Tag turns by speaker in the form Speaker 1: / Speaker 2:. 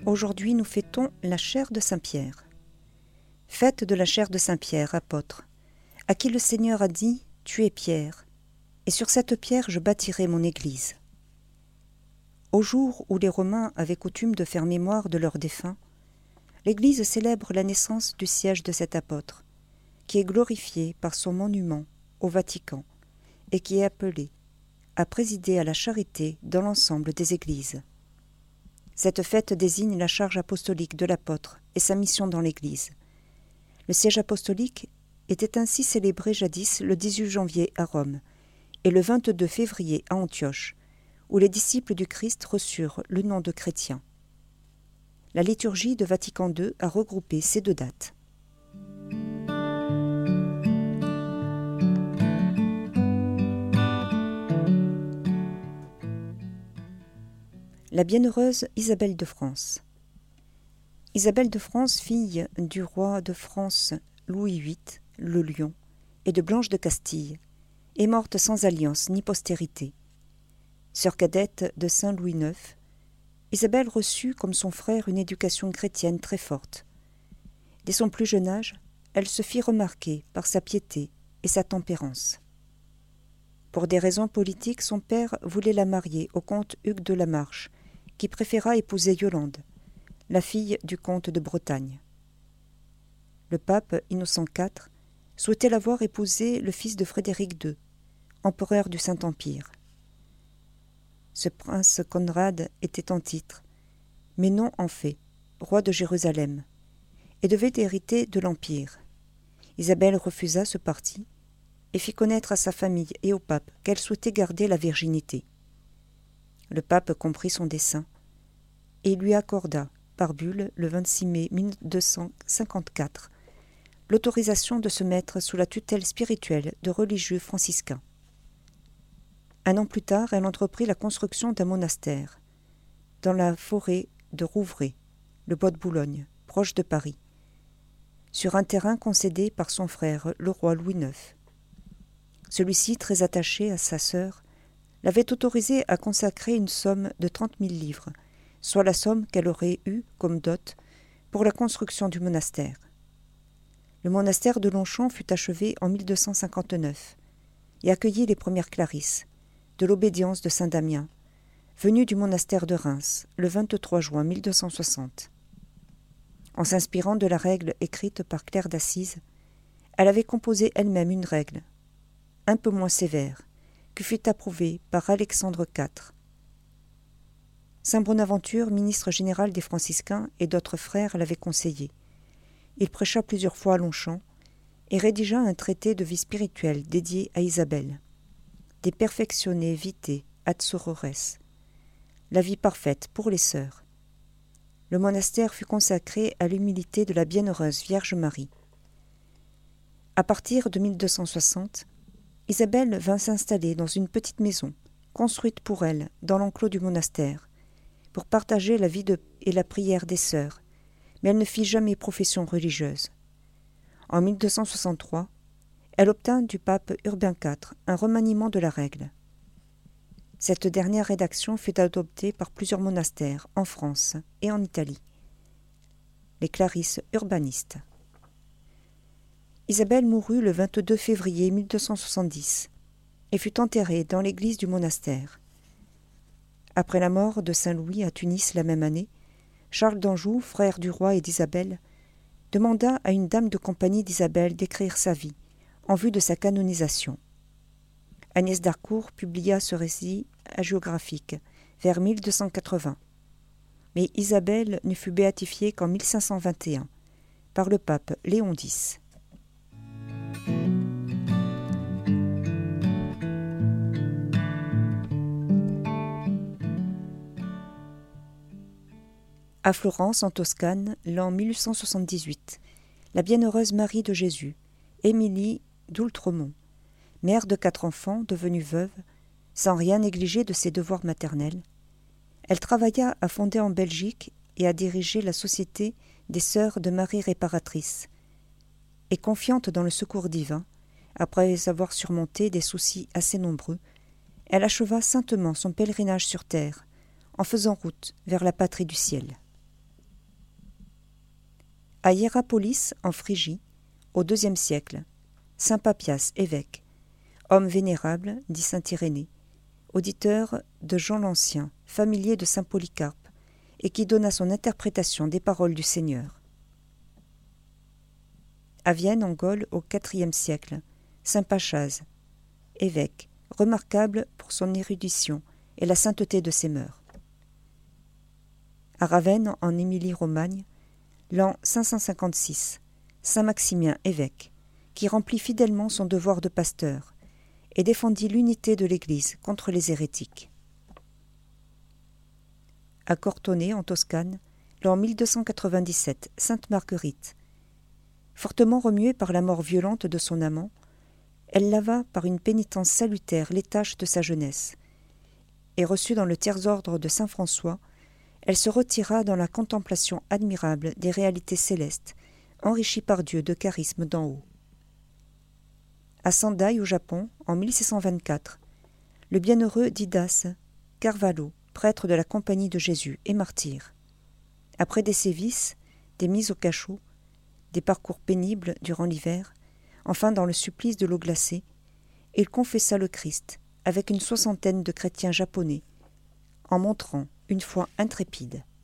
Speaker 1: Aujourd'hui, nous fêtons la chaire de Saint-Pierre. Fête de la chaire de Saint-Pierre, apôtre, à qui le Seigneur a dit « Tu es Pierre, et sur cette pierre je bâtirai mon église ». Au jour où les Romains avaient coutume de faire mémoire de leurs défunts, l'Église célèbre la naissance du siège de cet apôtre, qui est glorifié par son monument au Vatican et qui est appelé à présider à la charité dans l'ensemble des églises. Cette fête désigne la charge apostolique de l'apôtre et sa mission dans l'Église. Le siège apostolique était ainsi célébré jadis le 18 janvier à Rome et le 22 février à Antioche, où les disciples du Christ reçurent le nom de chrétiens. La liturgie de Vatican II a regroupé ces deux dates. La bienheureuse Isabelle de France. Isabelle de France, fille du roi de France Louis VIII, le Lion, et de Blanche de Castille, est morte sans alliance ni postérité. Sœur cadette de Saint Louis IX, Isabelle reçut comme son frère une éducation chrétienne très forte. Dès son plus jeune âge, elle se fit remarquer par sa piété et sa tempérance. Pour des raisons politiques, son père voulait la marier au comte Hugues de la Marche, qui préféra épouser Yolande, la fille du comte de Bretagne. Le pape Innocent IV souhaitait la voir épouser le fils de Frédéric II, empereur du Saint-Empire. Ce prince Conrad était en titre, mais non en fait, roi de Jérusalem, et devait hériter de l'Empire. Isabelle refusa ce parti et fit connaître à sa famille et au pape qu'elle souhaitait garder la virginité. Le pape comprit son dessein et lui accorda, par bulle, le 26 mai 1254, l'autorisation de se mettre sous la tutelle spirituelle de religieux franciscains. Un an plus tard, elle entreprit la construction d'un monastère, dans la forêt de Rouvray, le bois de Boulogne, proche de Paris, sur un terrain concédé par son frère, le roi Louis IX. Celui-ci, très attaché à sa sœur, l'avait autorisé à consacrer une somme de 30 000 livres, soit la somme qu'elle aurait eue comme dot pour la construction du monastère. Le monastère de Longchamp fut achevé en 1259 et accueillit les premières clarisses de l'obédience de Saint-Damien, venues du monastère de Reims le 23 juin 1260. En s'inspirant de la règle écrite par Claire d'Assise, elle avait composé elle-même une règle, un peu moins sévère, qui fut approuvée par Alexandre IV. Saint Bonaventure, ministre général des franciscains, et d'autres frères l'avaient conseillé. Il prêcha plusieurs fois à Longchamp et rédigea un traité de vie spirituelle dédié à Isabelle. De perfectione vitae ad sorores, la vie parfaite pour les sœurs. Le monastère fut consacré à l'humilité de la bienheureuse Vierge Marie. À partir de 1260, Isabelle vint s'installer dans une petite maison, construite pour elle dans l'enclos du monastère, pour partager la vie et la prière des sœurs, mais elle ne fit jamais profession religieuse. En 1263, elle obtint du pape Urbain IV un remaniement de la règle. Cette dernière rédaction fut adoptée par plusieurs monastères en France et en Italie. Les clarisses urbanistes. Isabelle mourut le 22 février 1270 et fut enterrée dans l'église du monastère. Après la mort de Saint Louis à Tunis la même année, Charles d'Anjou, frère du roi et d'Isabelle, demanda à une dame de compagnie d'Isabelle d'écrire sa vie, en vue de sa canonisation. Agnès d'Harcourt publia ce récit hagiographique vers 1280, mais Isabelle ne fut béatifiée qu'en 1521 par le pape Léon X. À Florence, en Toscane, l'an 1878, la bienheureuse Marie de Jésus, Émilie d'Oultremont, mère de 4 enfants, devenue veuve, sans rien négliger de ses devoirs maternels, elle travailla à fonder en Belgique et à diriger la Société des Sœurs de Marie Réparatrice. Et confiante dans le secours divin, après avoir surmonté des soucis assez nombreux, elle acheva saintement son pèlerinage sur terre, en faisant route vers la patrie du ciel. À Hiérapolis, en Phrygie, au IIe siècle, saint Papias, évêque, homme vénérable, dit saint Irénée, auditeur de Jean l'Ancien, familier de saint Polycarpe, et qui donna son interprétation des paroles du Seigneur. À Vienne, en Gaule, au IVe siècle, saint Pachase, évêque, remarquable pour son érudition et la sainteté de ses mœurs. À Ravenne, en Émilie-Romagne, l'an 556, saint Maximien, évêque, qui remplit fidèlement son devoir de pasteur et défendit l'unité de l'Église contre les hérétiques. À Cortone, en Toscane, l'an 1297, sainte Marguerite. Fortement remuée par la mort violente de son amant, elle lava par une pénitence salutaire les taches de sa jeunesse, et reçue dans le tiers-ordre de saint François, elle se retira dans la contemplation admirable des réalités célestes, enrichie par Dieu de charisme d'en haut. À Sendai, au Japon, en 1624, le bienheureux Didas Carvalho, prêtre de la Compagnie de Jésus et martyr. Après des sévices, des mises au cachot, des parcours pénibles durant l'hiver, enfin dans le supplice de l'eau glacée, il confessa le Christ avec une 60aine de chrétiens japonais, en montrant une foi intrépide.